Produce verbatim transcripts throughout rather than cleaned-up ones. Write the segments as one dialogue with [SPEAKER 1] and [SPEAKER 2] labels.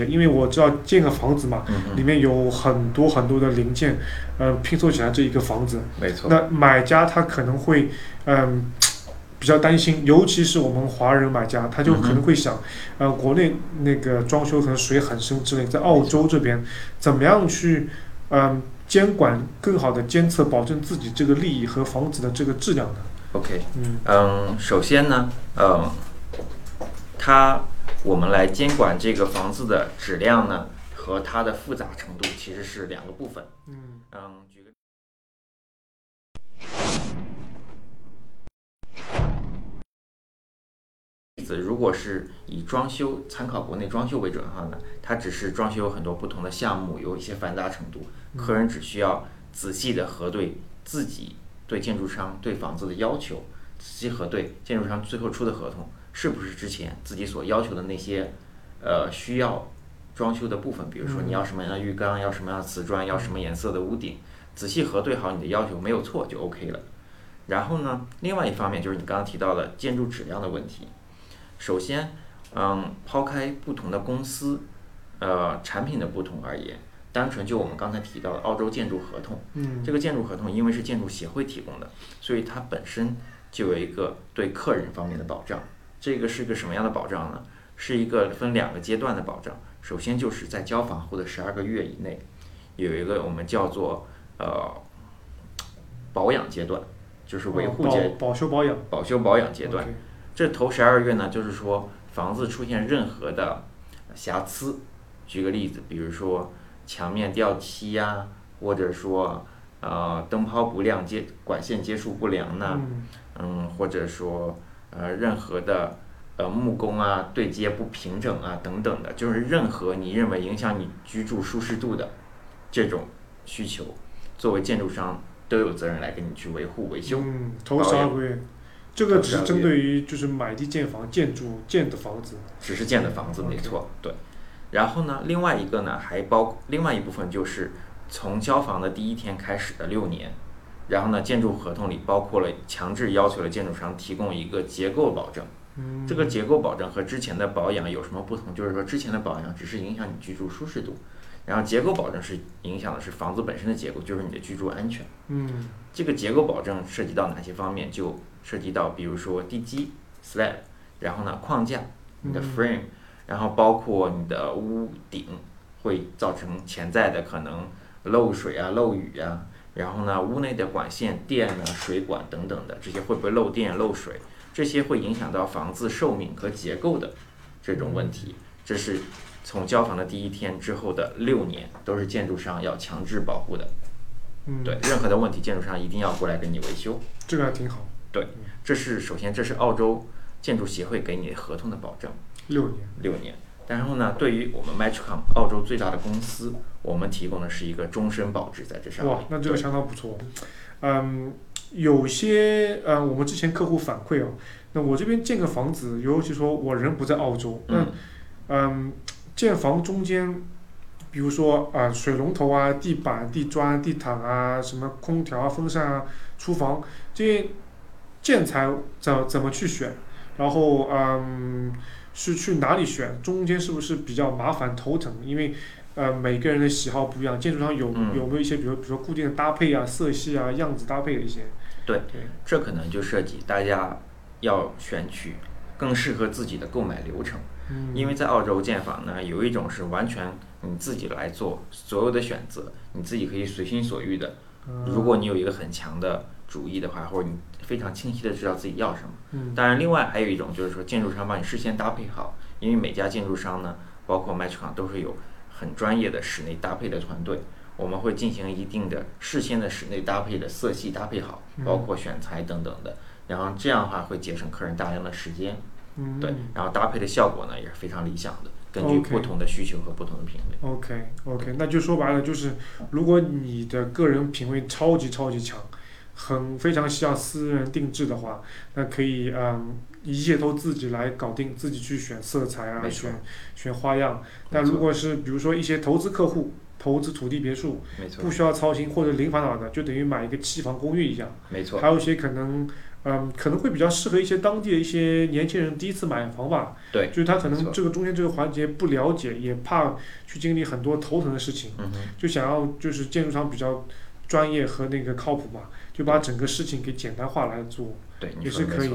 [SPEAKER 1] 因为我知道建个房子嘛，
[SPEAKER 2] 嗯
[SPEAKER 1] 里面有很多很多的零件，嗯、呃，拼凑起来这一个房子。
[SPEAKER 2] 没错。
[SPEAKER 1] 那买家他可能会，嗯、呃，比较担心，尤其是我们华人买家，他就可能会想，嗯、呃，国内那个装修可能水很深之类，在澳洲这边怎么样去，嗯、呃，监管更好的监测，保证自己这个利益和房子的这个质量呢
[SPEAKER 2] ？OK，
[SPEAKER 1] 嗯
[SPEAKER 2] 嗯，首先呢，嗯，它我们来监管这个房子的质量呢，和它的复杂程度其实是两个部分。
[SPEAKER 1] 嗯
[SPEAKER 2] 嗯，举个例子，如果是以装修参考国内装修为准的话呢，它只是装修有很多不同的项目，有一些繁杂程度，客人只需要仔细的核对自己对建筑商对房子的要求，仔细核对建筑商最后出的合同是不是之前自己所要求的那些呃需要装修的部分，比如说你要什么样的浴缸，要什么样的瓷砖，要什么颜色的屋顶，仔细核对好你的要求没有错就 OK 了。然后呢，另外一方面就是你刚刚提到的建筑质量的问题。首先，嗯，抛开不同的公司，呃，产品的不同而言，单纯就我们刚才提到的澳洲建筑合同，
[SPEAKER 1] 嗯，
[SPEAKER 2] 这个建筑合同因为是建筑协会提供的，所以它本身就有一个对客人方面的保障。这个是一个什么样的保障呢？是一个分两个阶段的保障。首先就是在交房后的十二个月以内，有一个我们叫做呃保养阶段，就是维护阶、
[SPEAKER 1] 哦、保保修保养
[SPEAKER 2] 保修保养阶段。
[SPEAKER 1] Okay.
[SPEAKER 2] 这头十二个月呢，就是说房子出现任何的瑕疵，举个例子，比如说墙面掉漆呀、啊，或者说呃灯泡不亮、接管线接触不良呐、啊，嗯, 嗯，或者说呃任何的呃木工啊对接不平整啊等等的，就是任何你认为影响你居住舒适度的这种需求，作为建筑商都有责任来给你去维护维修。
[SPEAKER 1] 嗯，头十二个月。这个只是针对于就是买地建房、建筑建的房子，
[SPEAKER 2] 只是建的房子没错，对。然后呢，另外一个呢，还包另外一部分就是从交房的第一天开始的六年，然后呢，建筑合同里包括了强制要求了建筑商提供一个结构保证。
[SPEAKER 1] 嗯，
[SPEAKER 2] 这个结构保证和之前的保养有什么不同？就是说之前的保养只是影响你居住舒适度，然后结构保证是影响的是房子本身的结构，就是你的居住安全。
[SPEAKER 1] 嗯，
[SPEAKER 2] 这个结构保证涉及到哪些方面？就涉及到比如说地基 slab， 然后呢框架你的 frame，、嗯、然后包括你的屋顶会造成潜在的可能漏水啊漏雨啊，然后呢屋内的管线电啊水管等等的这些会不会漏电漏水，这些会影响到房子寿命和结构的这种问题。这是从交房的第一天之后的六年都是建筑商要强制保护的。
[SPEAKER 1] 嗯，
[SPEAKER 2] 对，任何的问题建筑商一定要过来给你维修。
[SPEAKER 1] 这个还挺好。
[SPEAKER 2] 对，这是首先这是澳洲建筑协会给你合同的保证，
[SPEAKER 1] 六年，
[SPEAKER 2] 六年。然后呢，对于我们 Matricom 澳洲最大的公司，我们提供的是一个终身保值在这上面。
[SPEAKER 1] 哇，那这个相当不错。嗯，有些呃，我们之前客户反馈哦，那我这边建个房子，尤其说我人不在澳洲，那嗯，嗯，建房中间，比如说啊、呃，水龙头啊、地板、地砖、地毯啊，什么空调啊、风扇啊、厨房这些建材怎怎么去选？然后嗯，是去哪里选？中间是不是比较麻烦头疼？因为呃每个人的喜好不一样，建筑商有、嗯、有没有一些比如比如说固定的搭配啊、色系啊、样子搭配的一些？
[SPEAKER 2] 对，对，这可能就涉及大家要选取更适合自己的购买流程。
[SPEAKER 1] 嗯，
[SPEAKER 2] 因为在澳洲建房呢，有一种是完全你自己来做所有的选择，你自己可以随心所欲的。如果你有一个很强的主意的话，或者你非常清晰的知道自己要什么。
[SPEAKER 1] 嗯，
[SPEAKER 2] 当然，另外还有一种就是说，建筑商帮你事先搭配好，因为每家建筑商呢，包括 Matricom 都是有很专业的室内搭配的团队，我们会进行一定的事先的室内搭配的色系搭配好，包括选材等等的，然后这样的话会节省客人大量的时间。
[SPEAKER 1] 嗯，
[SPEAKER 2] 对，然后搭配的效果呢也是非常理想的，根据不同的需求和不同的品味。
[SPEAKER 1] OK OK， 那就说白了就是，如果你的个人品味超级超级强，很非常需要私人定制的话，那可以嗯一切都自己来搞定，自己去选色彩啊，选选花样。但如果是比如说一些投资客户，投资土地别墅，
[SPEAKER 2] 没错，
[SPEAKER 1] 不需要操心或者零烦恼的，就等于买一个期房公寓一样。
[SPEAKER 2] 没错。
[SPEAKER 1] 还有一些可能嗯，可能会比较适合一些当地的一些年轻人第一次买房吧。
[SPEAKER 2] 对，
[SPEAKER 1] 就是他可
[SPEAKER 2] 没错
[SPEAKER 1] 能这个中间这个环节不了解，也怕去经历很多头疼的事情，
[SPEAKER 2] 嗯哼，
[SPEAKER 1] 就想要就是建筑商比较专业和那个靠谱嘛，就把整个事情给简单化来做，
[SPEAKER 2] 对，你
[SPEAKER 1] 也是可以
[SPEAKER 2] 说的没错。。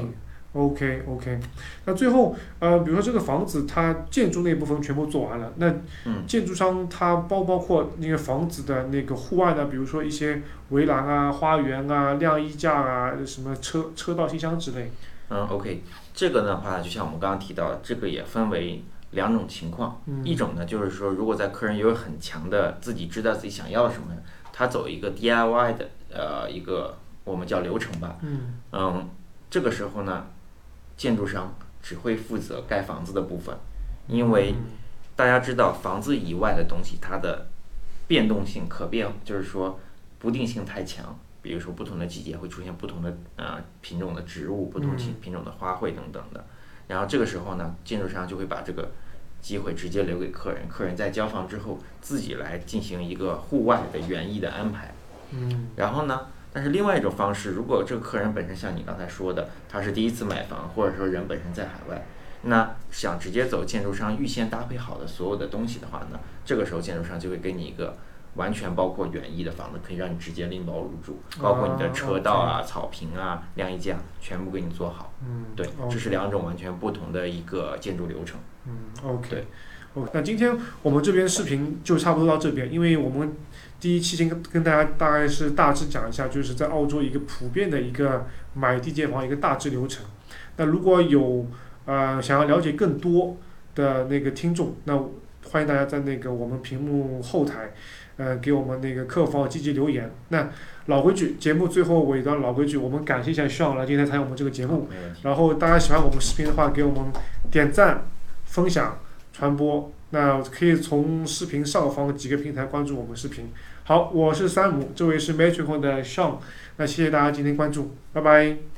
[SPEAKER 1] OK OK，那最后呃，比如说这个房子它建筑那部分全部做完了，那
[SPEAKER 2] 嗯，
[SPEAKER 1] 建筑商它包包括那个房子的那个户外的，比如说一些围栏啊、花园啊、晾衣架啊、什么车车道、信箱之类。
[SPEAKER 2] 嗯，OK，这个的话，就像我们刚刚提到的，这个也分为两种情况。
[SPEAKER 1] 嗯
[SPEAKER 2] 一种呢，就是说，如果在客人有很强的自己知道自己想要什么，他走一个 D I Y 的呃一个我们叫流程吧。
[SPEAKER 1] 嗯
[SPEAKER 2] 嗯，这个时候呢，建筑商只会负责盖房子的部分，因为大家知道房子以外的东西，它的变动性可变，就是说不定性太强。比如说不同的季节会出现不同的呃品种的植物，不同品品种的花卉等等的。然后这个时候呢，建筑商就会把这个机会直接留给客人，客人在交房之后自己来进行一个户外的园艺的安排。
[SPEAKER 1] 嗯
[SPEAKER 2] 然后呢，但是另外一种方式，如果这个客人本身像你刚才说的，他是第一次买房，或者说人本身在海外，那想直接走建筑商预先搭配好的所有的东西的话呢，这个时候建筑商就会给你一个完全包括园艺的房子，可以让你直接拎包入住，包括你的车道啊、草坪啊、晾衣架，全部给你做好。
[SPEAKER 1] 嗯，
[SPEAKER 2] 对，
[SPEAKER 1] OK
[SPEAKER 2] 这是两种完全不同的一个建筑流程。
[SPEAKER 1] 嗯，OK，
[SPEAKER 2] 对
[SPEAKER 1] ，OK，那今天我们这边视频就差不多到这边，因为我们第一期先跟跟大家大概是大致讲一下，就是在澳洲一个普遍的一个买地建房一个大致流程。那如果有呃想要了解更多的那个听众，那欢迎大家在那个我们屏幕后台，呃，给我们那个客服积极留言。那老规矩，节目最后尾端老规矩，我们感谢一下 Sean 来今天参与我们这个节目。
[SPEAKER 2] 没问题。
[SPEAKER 1] 然后大家喜欢我们视频的话，给我们点赞、分享、传播。那可以从视频上方几个平台关注我们视频。好，我是山姆，这位是 Metrical 的 Sean。那谢谢大家今天关注，拜拜。